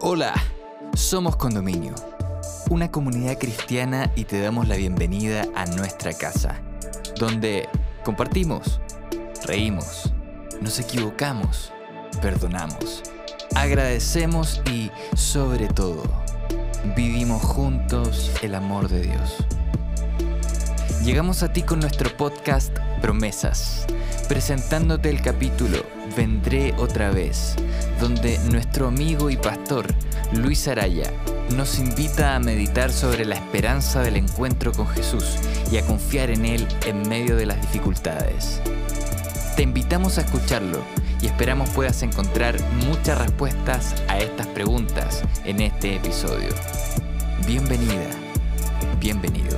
Hola, somos Condominio, una comunidad cristiana y te damos la bienvenida a nuestra casa, donde compartimos, reímos, nos equivocamos, perdonamos, agradecemos y, sobre todo, vivimos juntos el amor de Dios. Llegamos a ti con nuestro podcast Promesas, presentándote el capítulo Vendré otra vez, donde nuestro amigo y pastor Luis Araya nos invita a meditar sobre la esperanza del encuentro con Jesús y a confiar en Él en medio de las dificultades. Te invitamos a escucharlo y esperamos puedas encontrar muchas respuestas a estas preguntas en este episodio. Bienvenida, bienvenido.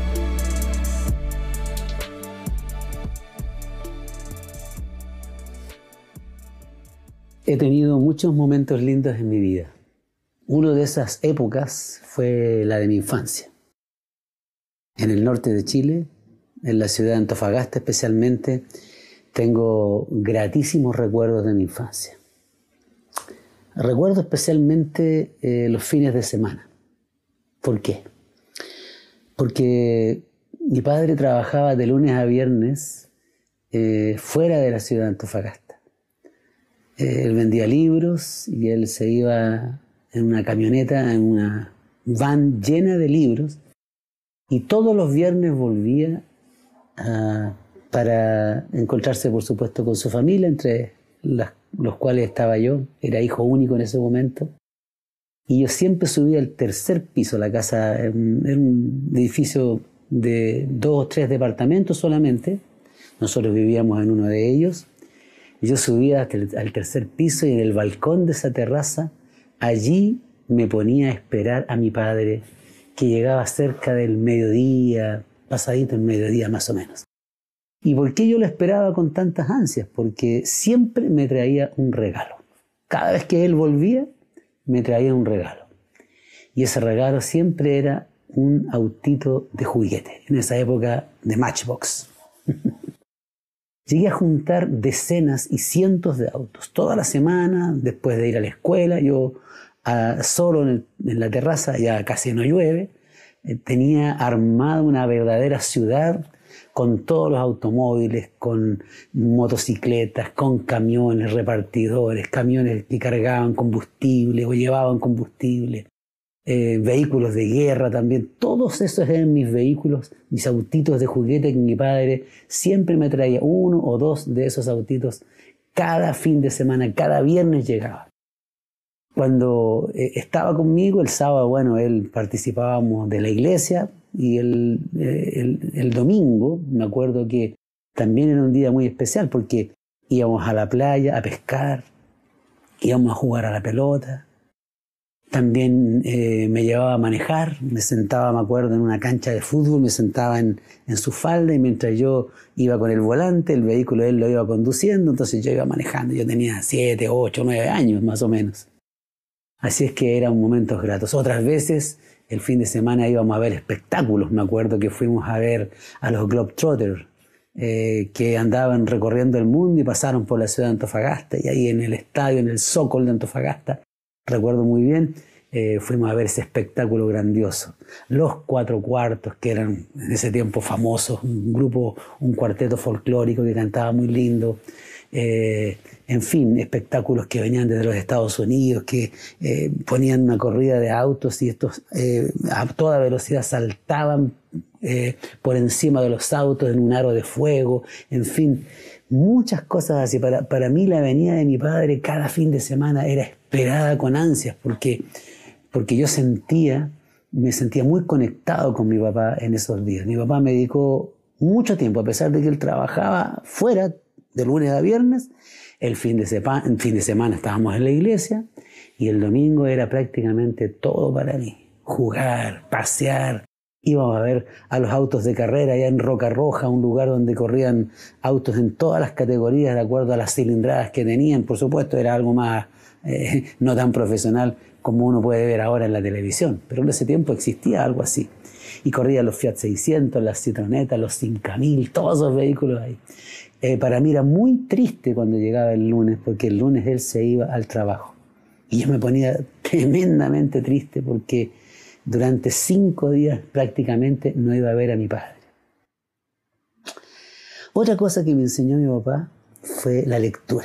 He tenido muchos momentos lindos en mi vida. Una de esas épocas fue la de mi infancia. En el norte de Chile, en la ciudad de Antofagasta especialmente, tengo gratísimos recuerdos de mi infancia. Recuerdo especialmente los fines de semana. ¿Por qué? Porque mi padre trabajaba de lunes a viernes fuera de la ciudad de Antofagasta. Él vendía libros y él se iba en una camioneta, en una van llena de libros, y todos los viernes volvía para encontrarse, por supuesto, con su familia, entre los cuales estaba yo. Era hijo único en ese momento. Y yo siempre subía al tercer piso. La casa era un edificio de 2 o 3 departamentos solamente. Nosotros vivíamos en uno de ellos. Yo subía al tercer piso y en el balcón de esa terraza, allí me ponía a esperar a mi padre, que llegaba cerca del mediodía, pasadito el mediodía más o menos. ¿Y por qué yo lo esperaba con tantas ansias? Porque siempre me traía un regalo. Cada vez que él volvía, me traía un regalo. Y ese regalo siempre era un autito de juguete, en esa época de Matchbox. Llegué a juntar decenas y cientos de autos. Toda la semana, después de ir a la escuela, yo solo en la terraza, ya casi no llueve, tenía armada una verdadera ciudad con todos los automóviles, con motocicletas, con camiones repartidores, camiones que cargaban combustible o llevaban combustible. Vehículos de guerra también. Todos esos eran mis vehículos, mis autitos de juguete que mi padre siempre me traía 1 o 2 de esos autitos cada fin de semana, cada viernes llegaba. Cuando estaba conmigo el sábado, bueno, él participábamos de la iglesia, y el domingo, me acuerdo que también era un día muy especial porque íbamos a la playa a pescar, íbamos a jugar a la pelota. También me llevaba a manejar, me sentaba, me acuerdo, en una cancha de fútbol, me sentaba en su falda, y mientras yo iba con el volante, el vehículo él lo iba conduciendo, entonces yo iba manejando. Yo tenía 7, 8, 9 años más o menos. Así es que eran momentos gratos. Otras veces, el fin de semana íbamos a ver espectáculos. Me acuerdo que fuimos a ver a los Globetrotters, que andaban recorriendo el mundo y pasaron por la ciudad de Antofagasta, y ahí en el estadio, en el Zócalo de Antofagasta, recuerdo muy bien, fuimos a ver ese espectáculo grandioso. Los Cuatro Cuartos, que eran en ese tiempo famosos, un cuarteto folclórico que cantaba muy lindo. En fin, espectáculos que venían desde los Estados Unidos, que ponían una corrida de autos y estos a toda velocidad saltaban por encima de los autos en un aro de fuego. En fin, muchas cosas así. Para mí la venida de mi padre cada fin de semana era esperada con ansias, porque yo me sentía muy conectado con mi papá en esos días. Mi papá me dedicó mucho tiempo, a pesar de que él trabajaba fuera de lunes a viernes. El fin de semana estábamos en la iglesia, y el domingo era prácticamente todo para mí. Jugar, pasear. Íbamos a ver a los autos de carrera allá en Roca Roja, un lugar donde corrían autos en todas las categorías de acuerdo a las cilindradas que tenían. Por supuesto, era algo más no tan profesional como uno puede ver ahora en la televisión, pero en ese tiempo existía algo así. Y corrían los Fiat 600, las Citronetas, los 5000, todos esos vehículos ahí. Para mí era muy triste cuando llegaba el lunes, porque el lunes él se iba al trabajo. Y yo me ponía tremendamente triste porque durante 5 días prácticamente no iba a ver a mi padre. Otra cosa que me enseñó mi papá fue la lectura.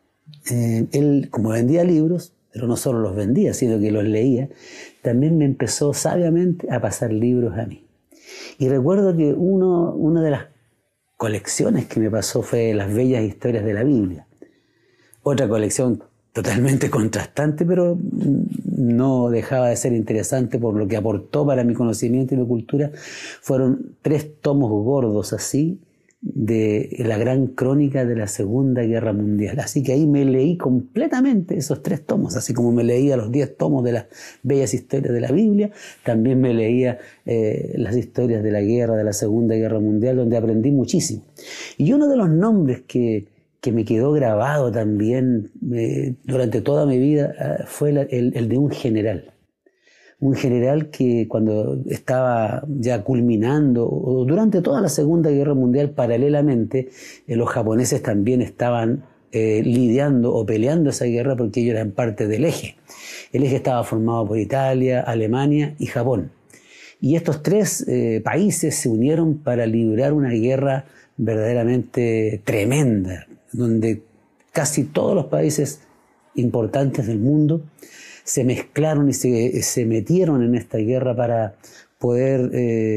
Él, como vendía libros, pero no solo los vendía, sino que los leía, también me empezó sabiamente a pasar libros a mí. Y recuerdo que una de las colecciones que me pasó fue Las Bellas Historias de la Biblia. Otra colección totalmente contrastante, pero no dejaba de ser interesante por lo que aportó para mi conocimiento y mi cultura. Fueron 3 tomos gordos así, de la gran crónica de la Segunda Guerra Mundial. Así que ahí me leí completamente esos 3 tomos, así como me leía los 10 tomos de las Bellas Historias de la Biblia, también me leía las historias de la guerra, de la Segunda Guerra Mundial, donde aprendí muchísimo. Y uno de los nombres que me quedó grabado también durante toda mi vida fue el de un general. Un general que cuando estaba ya culminando, o durante toda la Segunda Guerra Mundial, paralelamente, los japoneses también estaban lidiando o peleando esa guerra porque ellos eran parte del eje. El eje estaba formado por Italia, Alemania y Japón. Y estos 3 países se unieron para librar una guerra verdaderamente tremenda, donde casi todos los países importantes del mundo se mezclaron y se metieron en esta guerra para poder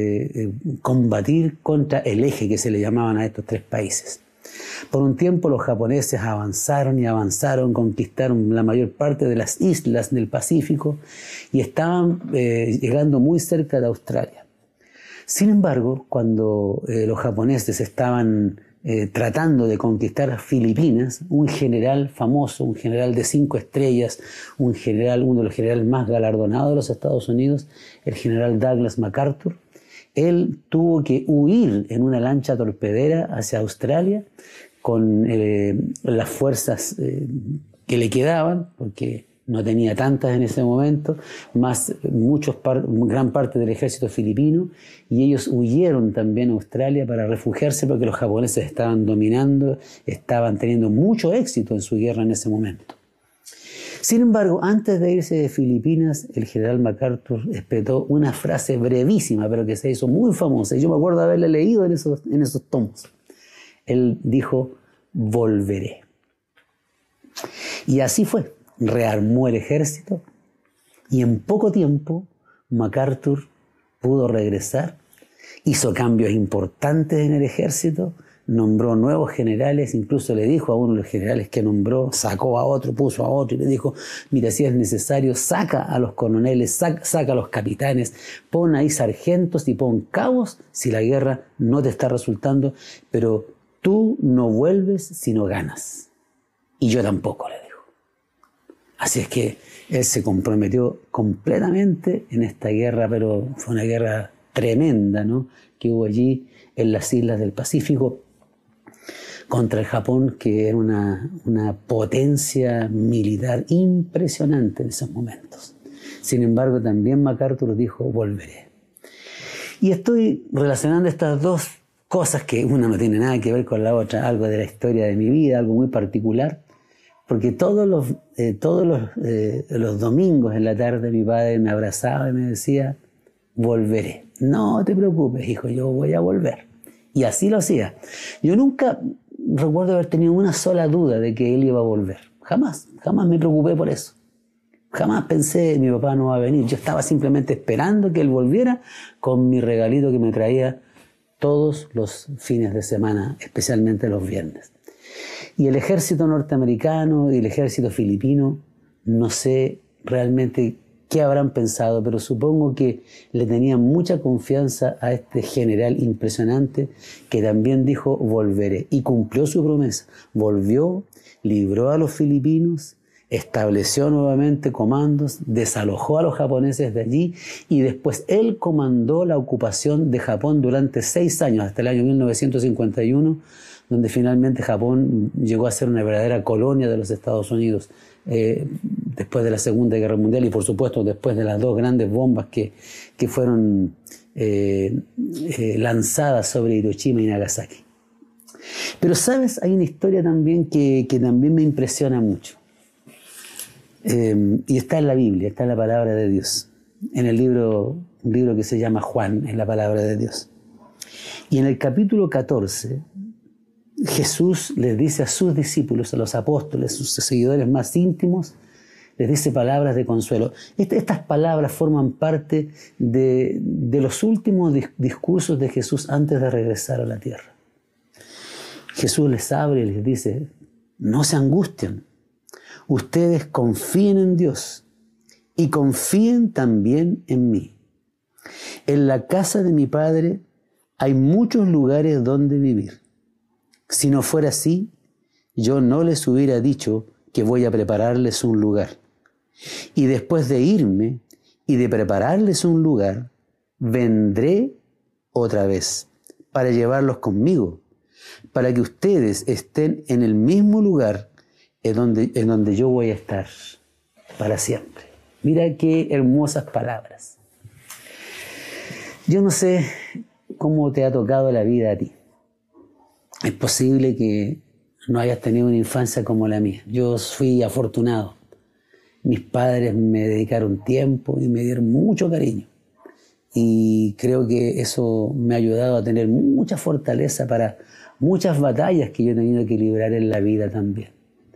combatir contra el eje que se le llamaban a estos 3 países. Por un tiempo los japoneses avanzaron y avanzaron, conquistaron la mayor parte de las islas del Pacífico y estaban llegando muy cerca de Australia. Sin embargo, cuando los japoneses estaban tratando de conquistar Filipinas, un general famoso, un general de 5 estrellas, uno de los generales más galardonados de los Estados Unidos, el general Douglas MacArthur, él tuvo que huir en una lancha torpedera hacia Australia con las fuerzas que le quedaban, porque no tenía tantas en ese momento, más gran parte del ejército filipino, y ellos huyeron también a Australia para refugiarse porque los japoneses estaban dominando, estaban teniendo mucho éxito en su guerra en ese momento. Sin embargo, antes de irse de Filipinas, el general MacArthur espetó una frase brevísima, pero que se hizo muy famosa, y yo me acuerdo de haberla leído en esos tomos. Él dijo: volveré. Y así fue. Rearmó el ejército y en poco tiempo MacArthur pudo regresar, hizo cambios importantes en el ejército, nombró nuevos generales, incluso le dijo a uno de los generales que nombró, sacó a otro, puso a otro y le dijo: mira, si es necesario, saca a los coroneles, saca a los capitanes, pon ahí sargentos y pon cabos si la guerra no te está resultando, pero tú no vuelves si no ganas. Y yo tampoco, le dijo. Así es que él se comprometió completamente en esta guerra, pero fue una guerra tremenda, ¿no?, que hubo allí en las islas del Pacífico contra el Japón, que era una potencia militar impresionante en esos momentos. Sin embargo, también MacArthur dijo: volveré. Y estoy relacionando estas 2 cosas, que una no tiene nada que ver con la otra, algo de la historia de mi vida, algo muy particular, porque todos los domingos en la tarde mi padre me abrazaba y me decía: volveré. No te preocupes, hijo, yo voy a volver. Y así lo hacía. Yo nunca recuerdo haber tenido una sola duda de que él iba a volver. Jamás me preocupé por eso. Jamás pensé: mi papá no va a venir. Yo estaba simplemente esperando que él volviera con mi regalito que me traía todos los fines de semana, especialmente los viernes. Y el ejército norteamericano y el ejército filipino, no sé realmente qué habrán pensado, pero supongo que le tenían mucha confianza a este general impresionante que también dijo: volveré. Y cumplió su promesa. Volvió, libró a los filipinos, estableció nuevamente comandos, desalojó a los japoneses de allí y después él comandó la ocupación de Japón durante 6 años, hasta el año 1951, donde finalmente Japón llegó a ser una verdadera colonia de los Estados Unidos después de la Segunda Guerra Mundial y por supuesto después de las 2 grandes bombas que fueron lanzadas sobre Hiroshima y Nagasaki. Pero sabes, hay una historia también que también me impresiona mucho. Y está en la Biblia, está en la palabra de Dios. En el libro, un libro que se llama Juan, en la palabra de Dios. Y en el capítulo 14, Jesús les dice a sus discípulos, a los apóstoles, sus seguidores más íntimos, les dice palabras de consuelo. Estas palabras forman parte de los últimos discursos de Jesús antes de regresar a la tierra. Jesús les habla y les dice, no se angustien, ustedes confíen en Dios y confíen también en mí. En la casa de mi Padre hay muchos lugares donde vivir. Si no fuera así, yo no les hubiera dicho que voy a prepararles un lugar. Y después de irme y de prepararles un lugar, vendré otra vez para llevarlos conmigo, para que ustedes estén en el mismo lugar en donde yo voy a estar para siempre. Mira qué hermosas palabras. Yo no sé cómo te ha tocado la vida a ti. Es posible que no hayas tenido una infancia como la mía. Yo fui afortunado. Mis padres me dedicaron tiempo y me dieron mucho cariño. Y creo que eso me ha ayudado a tener mucha fortaleza para muchas batallas que yo he tenido que librar en la vida también.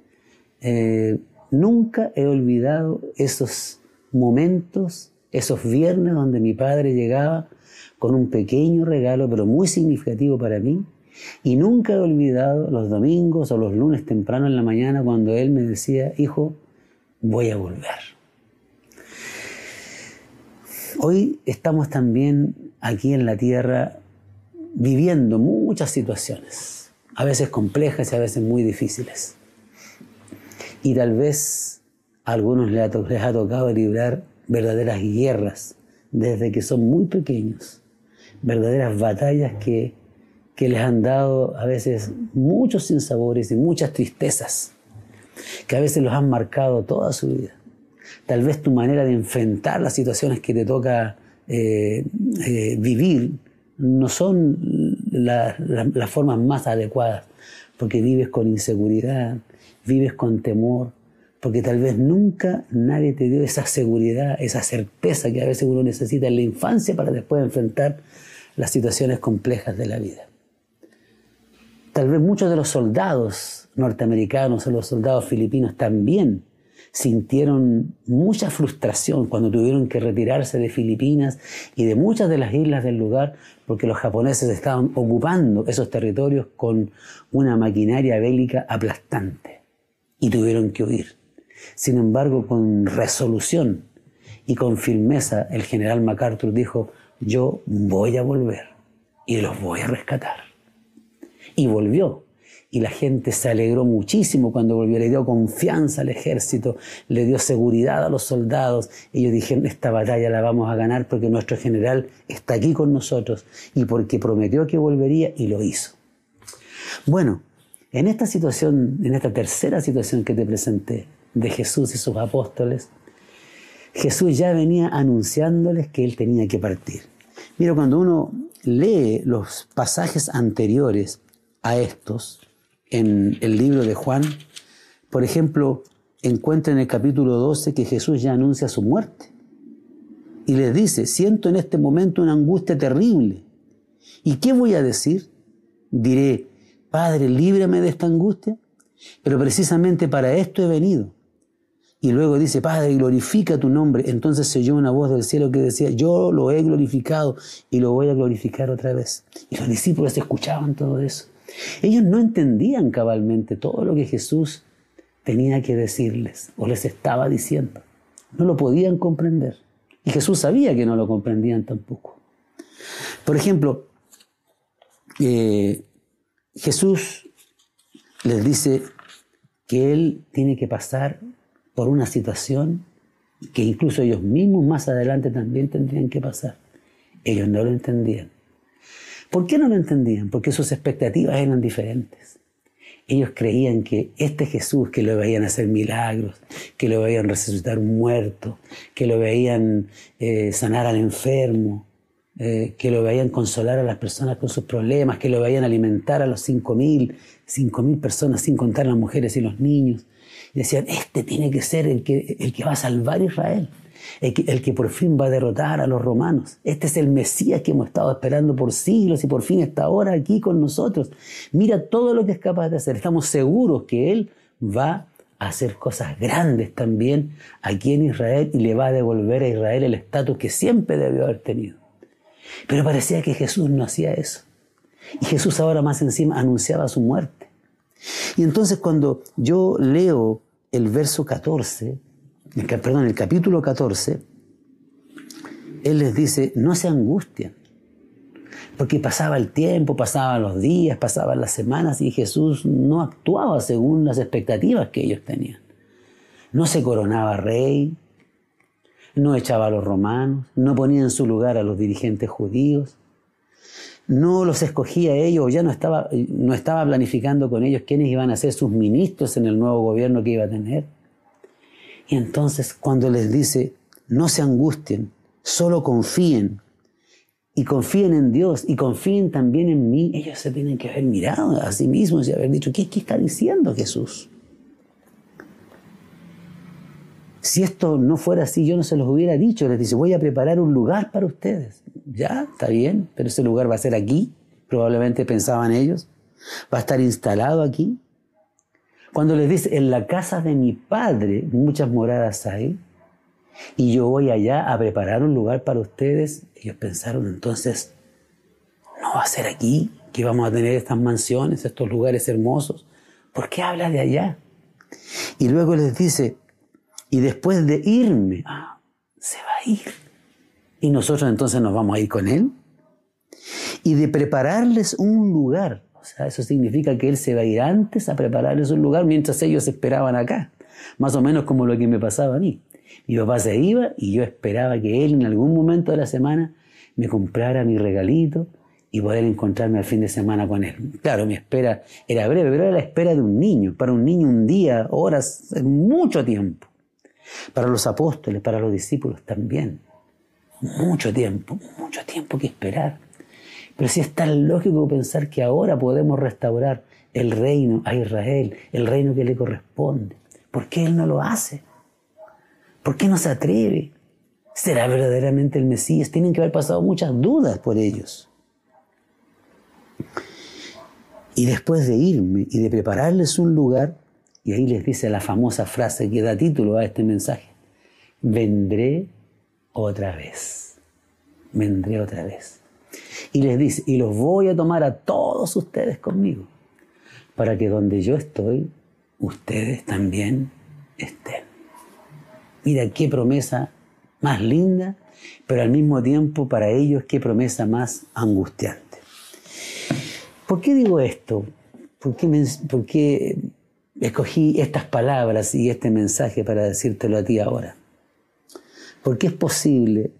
Nunca he olvidado esos momentos, esos viernes donde mi padre llegaba con un pequeño regalo, pero muy significativo para mí. Y nunca he olvidado los domingos o los lunes temprano en la mañana cuando él me decía, hijo, voy a volver. Hoy estamos también aquí en la tierra viviendo muchas situaciones, a veces complejas y a veces muy difíciles. Y tal vez a algunos les ha tocado librar verdaderas guerras desde que son muy pequeños, verdaderas batallas que les han dado a veces muchos sinsabores y muchas tristezas, que a veces los han marcado toda su vida. Tal vez tu manera de enfrentar las situaciones que te toca vivir no son las formas más adecuadas, porque vives con inseguridad, vives con temor, porque tal vez nunca nadie te dio esa seguridad, esa certeza que a veces uno necesita en la infancia para después enfrentar las situaciones complejas de la vida. Tal vez muchos de los soldados norteamericanos o los soldados filipinos también sintieron mucha frustración cuando tuvieron que retirarse de Filipinas y de muchas de las islas del lugar porque los japoneses estaban ocupando esos territorios con una maquinaria bélica aplastante y tuvieron que huir. Sin embargo, con resolución y con firmeza, el general MacArthur dijo, yo voy a volver y los voy a rescatar. Y volvió. Y la gente se alegró muchísimo cuando volvió. Le dio confianza al ejército, le dio seguridad a los soldados. Ellos dijeron, esta batalla la vamos a ganar porque nuestro general está aquí con nosotros y porque prometió que volvería y lo hizo. Bueno, en esta situación, en esta tercera situación que te presenté de Jesús y sus apóstoles, Jesús ya venía anunciándoles que Él tenía que partir. Mira, cuando uno lee los pasajes anteriores a estos, en el libro de Juan, por ejemplo, encuentra en el capítulo 12 que Jesús ya anuncia su muerte. Y les dice, siento en este momento una angustia terrible. ¿Y qué voy a decir? Diré, Padre, líbrame de esta angustia, pero precisamente para esto he venido. Y luego dice, Padre, glorifica tu nombre. Entonces se oyó una voz del cielo que decía, yo lo he glorificado y lo voy a glorificar otra vez. Y los discípulos escuchaban todo eso. Ellos no entendían cabalmente todo lo que Jesús tenía que decirles o les estaba diciendo. No lo podían comprender. Y Jesús sabía que no lo comprendían tampoco. Por ejemplo, Jesús les dice que Él tiene que pasar por una situación que incluso ellos mismos más adelante también tendrían que pasar. Ellos no lo entendían. ¿Por qué no lo entendían? Porque sus expectativas eran diferentes. Ellos creían que este Jesús, que lo veían hacer milagros, que lo veían resucitar un muerto, que lo veían sanar al enfermo, que lo veían consolar a las personas con sus problemas, que lo veían alimentar a los 5.000 personas, sin contar las mujeres y los niños. Y decían, este tiene que ser el que va a salvar a Israel, el que por fin va a derrotar a los romanos. Este es el Mesías que hemos estado esperando por siglos y por fin está ahora aquí con nosotros. Mira todo lo que es capaz de hacer. Estamos seguros que Él va a hacer cosas grandes también aquí en Israel y le va a devolver a Israel el estatus que siempre debió haber tenido. Pero parecía que Jesús no hacía eso. Y Jesús ahora más encima anunciaba su muerte. Y entonces cuando yo leo el verso 14, el capítulo 14, Él les dice, no se angustien. Porque pasaba el tiempo, pasaban los días, pasaban las semanas y Jesús no actuaba según las expectativas que ellos tenían. No se coronaba rey, no echaba a los romanos, no ponía en su lugar a los dirigentes judíos, no los escogía a ellos, ya no estaba planificando con ellos quiénes iban a ser sus ministros en el nuevo gobierno que iba a tener. Y entonces cuando les dice, no se angustien, solo confíen, y confíen en Dios, y confíen también en mí, ellos se tienen que haber mirado a sí mismos y haber dicho, ¿qué está diciendo Jesús? Si esto no fuera así, yo no se los hubiera dicho. Les dice, voy a preparar un lugar para ustedes. Ya, está bien, pero ese lugar va a ser aquí, probablemente pensaban ellos. Va a estar instalado aquí. Cuando les dice, en la casa de mi Padre muchas moradas hay, y yo voy allá a preparar un lugar para ustedes, ellos pensaron, entonces, ¿no va a ser aquí que vamos a tener estas mansiones, estos lugares hermosos? ¿Por qué habla de allá? Y luego les dice, y después de irme, se va a ir. Y nosotros entonces nos vamos a ir con Él. Y de prepararles un lugar. O sea, eso significa que Él se va a ir antes a prepararles un lugar mientras ellos esperaban acá. Más o menos como lo que me pasaba a mí. Mi papá se iba y yo esperaba que Él en algún momento de la semana me comprara mi regalito y poder encontrarme al fin de semana con Él. Claro, mi espera era breve, pero era la espera de un niño. Para un niño un día, horas, mucho tiempo. Para los apóstoles, para los discípulos también. Mucho tiempo que esperar. Pero sí es tan lógico pensar que ahora podemos restaurar el reino a Israel, el reino que le corresponde. ¿Por qué Él no lo hace? ¿Por qué no se atreve? ¿Será verdaderamente el Mesías? Tienen que haber pasado muchas dudas por ellos. Y después de irme y de prepararles un lugar, y ahí les dice la famosa frase que da título a este mensaje, vendré otra vez. Vendré otra vez. Y les dice, y los voy a tomar a todos ustedes conmigo, para que donde yo estoy, ustedes también estén. Mira qué promesa más linda, pero al mismo tiempo para ellos qué promesa más angustiante. ¿Por qué digo esto? ¿Por qué escogí estas palabras y este mensaje para decírtelo a ti ahora? Porque es posible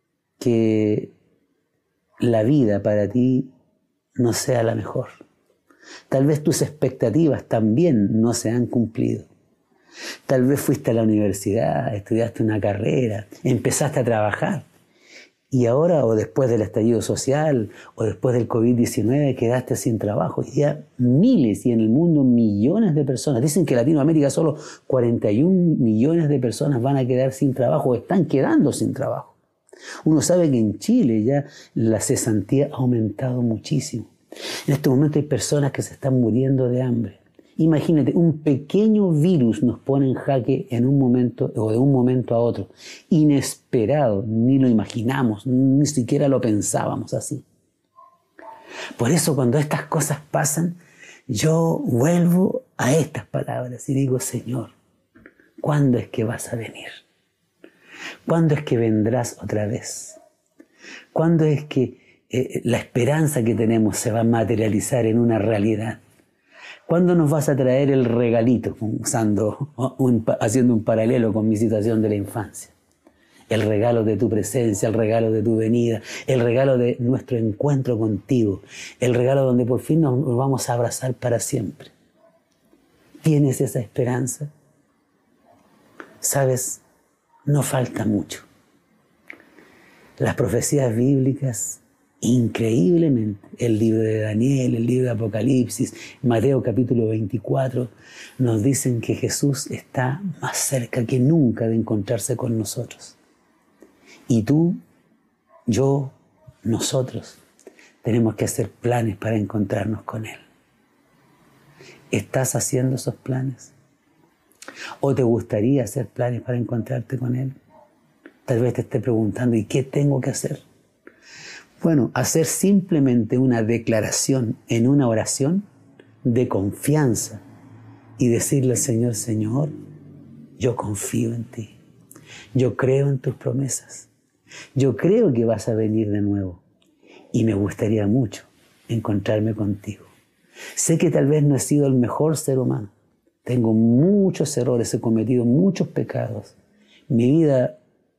que la vida para ti no sea la mejor. Tal vez tus expectativas también no se han cumplido. Tal vez fuiste a la universidad, estudiaste una carrera, empezaste a trabajar y ahora, o después del estallido social, o después del COVID-19, quedaste sin trabajo. Y ya miles, y en el mundo millones de personas, dicen que en Latinoamérica solo 41 millones de personas van a quedar sin trabajo, o están quedando sin trabajo. Uno sabe que en Chile ya la cesantía ha aumentado muchísimo. En este momento hay personas que se están muriendo de hambre. Imagínate, un pequeño virus nos pone en jaque en un momento o de un momento a otro. Inesperado, ni lo imaginamos, ni siquiera lo pensábamos así. Por eso cuando estas cosas pasan, yo vuelvo a estas palabras y digo, Señor, ¿cuándo es que vas a venir? ¿Cuándo es que vendrás otra vez? ¿Cuándo es que la esperanza que tenemos se va a materializar en una realidad? ¿Cuándo nos vas a traer el regalito? Haciendo un paralelo con mi situación de la infancia. El regalo de tu presencia, el regalo de tu venida, el regalo de nuestro encuentro contigo, el regalo donde por fin nos vamos a abrazar para siempre. ¿Tienes esa esperanza? ¿Sabes? No falta mucho. Las profecías bíblicas Increíblemente, el libro de Daniel, el libro de Apocalipsis, Mateo capítulo 24, nos dicen que Jesús está más cerca que nunca de encontrarse con nosotros. Y tú, yo, nosotros, tenemos que hacer planes para encontrarnos con Él. ¿Estás haciendo esos planes? ¿O te gustaría hacer planes para encontrarte con Él? Tal vez te esté preguntando, ¿y qué tengo que hacer? Bueno, hacer simplemente una declaración en una oración de confianza y decirle al Señor, Señor, yo confío en ti. Yo creo en tus promesas. Yo creo que vas a venir de nuevo y me gustaría mucho encontrarme contigo. Sé que tal vez no he sido el mejor ser humano. Tengo muchos errores, he cometido muchos pecados. Mi vida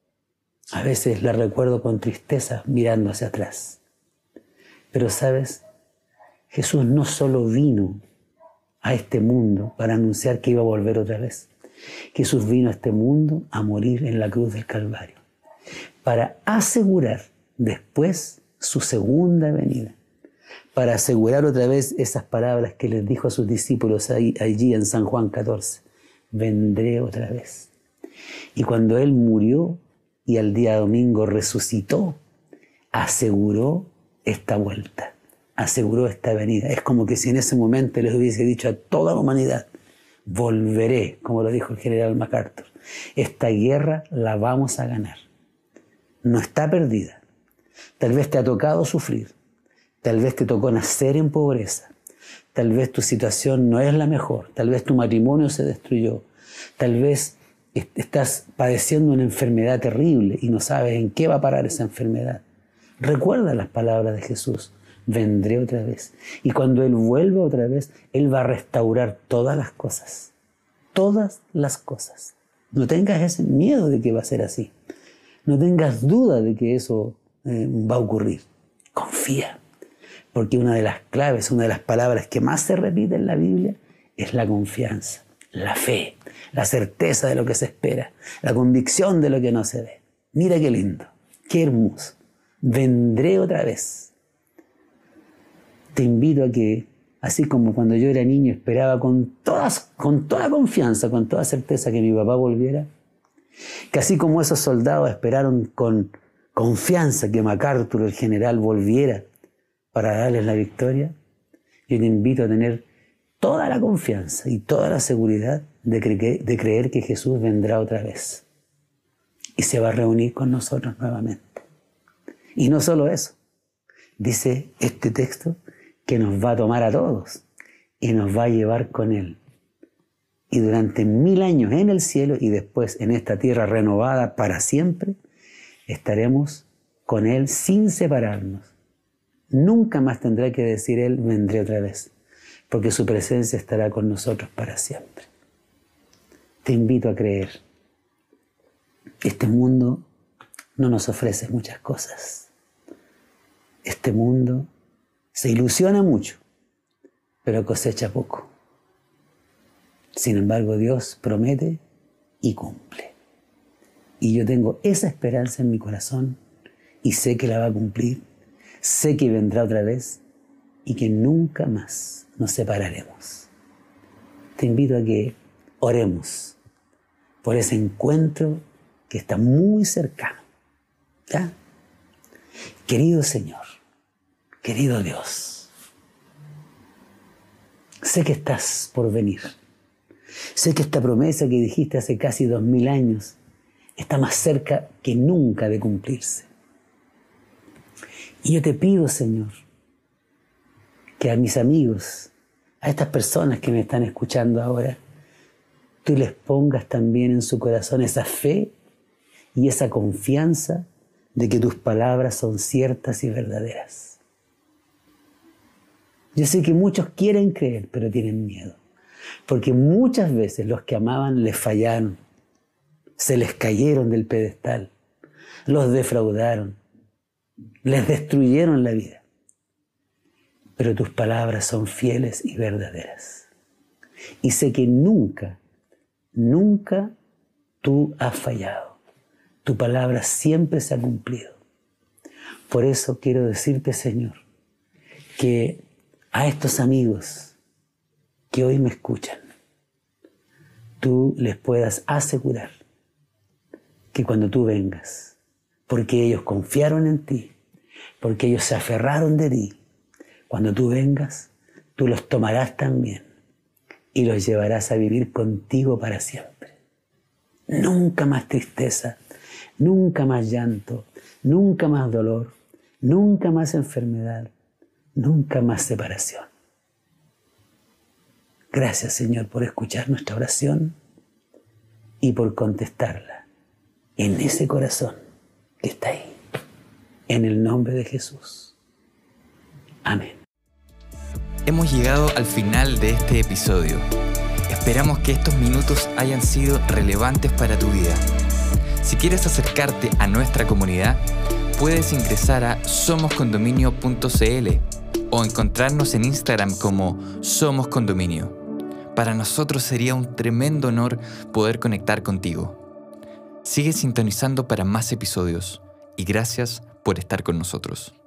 a veces la recuerdo con tristeza mirando hacia atrás. Pero ¿sabes? Jesús no solo vino a este mundo para anunciar que iba a volver otra vez. Jesús vino a este mundo a morir en la cruz del Calvario para asegurar después su segunda venida, para asegurar otra vez esas palabras que les dijo a sus discípulos allí en San Juan 14. Vendré otra vez. Y cuando Él murió y al día domingo resucitó, aseguró esta vuelta, aseguró esta venida. Es como que si en ese momento les hubiese dicho a toda la humanidad, volveré, como lo dijo el general MacArthur. Esta guerra la vamos a ganar. No está perdida. Tal vez te ha tocado sufrir. Tal vez te tocó nacer en pobreza. Tal vez tu situación no es la mejor. Tal vez tu matrimonio se destruyó. Tal vez estás padeciendo una enfermedad terrible y no sabes en qué va a parar esa enfermedad. Recuerda las palabras de Jesús. Vendré otra vez. Y cuando Él vuelva otra vez, Él va a restaurar todas las cosas. Todas las cosas. No tengas ese miedo de que va a ser así. No tengas duda de que eso va a ocurrir. Confía. Porque una de las claves, una de las palabras que más se repite en la Biblia es la confianza, la fe, la certeza de lo que se espera, la convicción de lo que no se ve. Mira qué lindo, qué hermoso. Vendré otra vez. Te invito a que, así como cuando yo era niño esperaba con toda confianza, con toda certeza que mi papá volviera, que así como esos soldados esperaron con confianza que MacArthur, el general, volviera para darles la victoria, yo te invito a tener toda la confianza y toda la seguridad de creer que Jesús vendrá otra vez y se va a reunir con nosotros nuevamente. Y no solo eso, dice este texto que nos va a tomar a todos y nos va a llevar con Él. Y durante 1000 años en el cielo y después en esta tierra renovada para siempre, estaremos con Él sin separarnos. Nunca más tendrá que decir Él, vendré otra vez, porque su presencia estará con nosotros para siempre. Te invito a creer. Este mundo no nos ofrece muchas cosas. Este mundo se ilusiona mucho, pero cosecha poco. Sin embargo, Dios promete y cumple. Y yo tengo esa esperanza en mi corazón y sé que la va a cumplir. Sé que vendrá otra vez y que nunca más nos separaremos. Te invito a que oremos por ese encuentro que está muy cercano. ¿Ya? Querido Señor, querido Dios, sé que estás por venir. Sé que esta promesa que dijiste hace casi 2000 años está más cerca que nunca de cumplirse. Y yo te pido, Señor, que a mis amigos, a estas personas que me están escuchando ahora, tú les pongas también en su corazón esa fe y esa confianza de que tus palabras son ciertas y verdaderas. Yo sé que muchos quieren creer, pero tienen miedo, porque muchas veces los que amaban les fallaron, se les cayeron del pedestal, los defraudaron, les destruyeron la vida. Pero tus palabras son fieles y verdaderas. Y sé que nunca, nunca tú has fallado. Tu palabra siempre se ha cumplido. Por eso quiero decirte, Señor, que a estos amigos que hoy me escuchan, tú les puedas asegurar que cuando tú vengas, porque ellos confiaron en ti, porque ellos se aferraron de ti, cuando tú vengas, tú los tomarás también y los llevarás a vivir contigo para siempre. Nunca más tristeza, nunca más llanto, nunca más dolor, nunca más enfermedad, nunca más separación. Gracias, Señor, por escuchar nuestra oración y por contestarla en ese corazón que está ahí. En el nombre de Jesús. Amén. Hemos llegado al final de este episodio. Esperamos que estos minutos hayan sido relevantes para tu vida. Si quieres acercarte a nuestra comunidad, puedes ingresar a somoscondominio.cl o encontrarnos en Instagram como Somos Condominio. Para nosotros sería un tremendo honor poder conectar contigo. Sigue sintonizando para más episodios y gracias por estar con nosotros.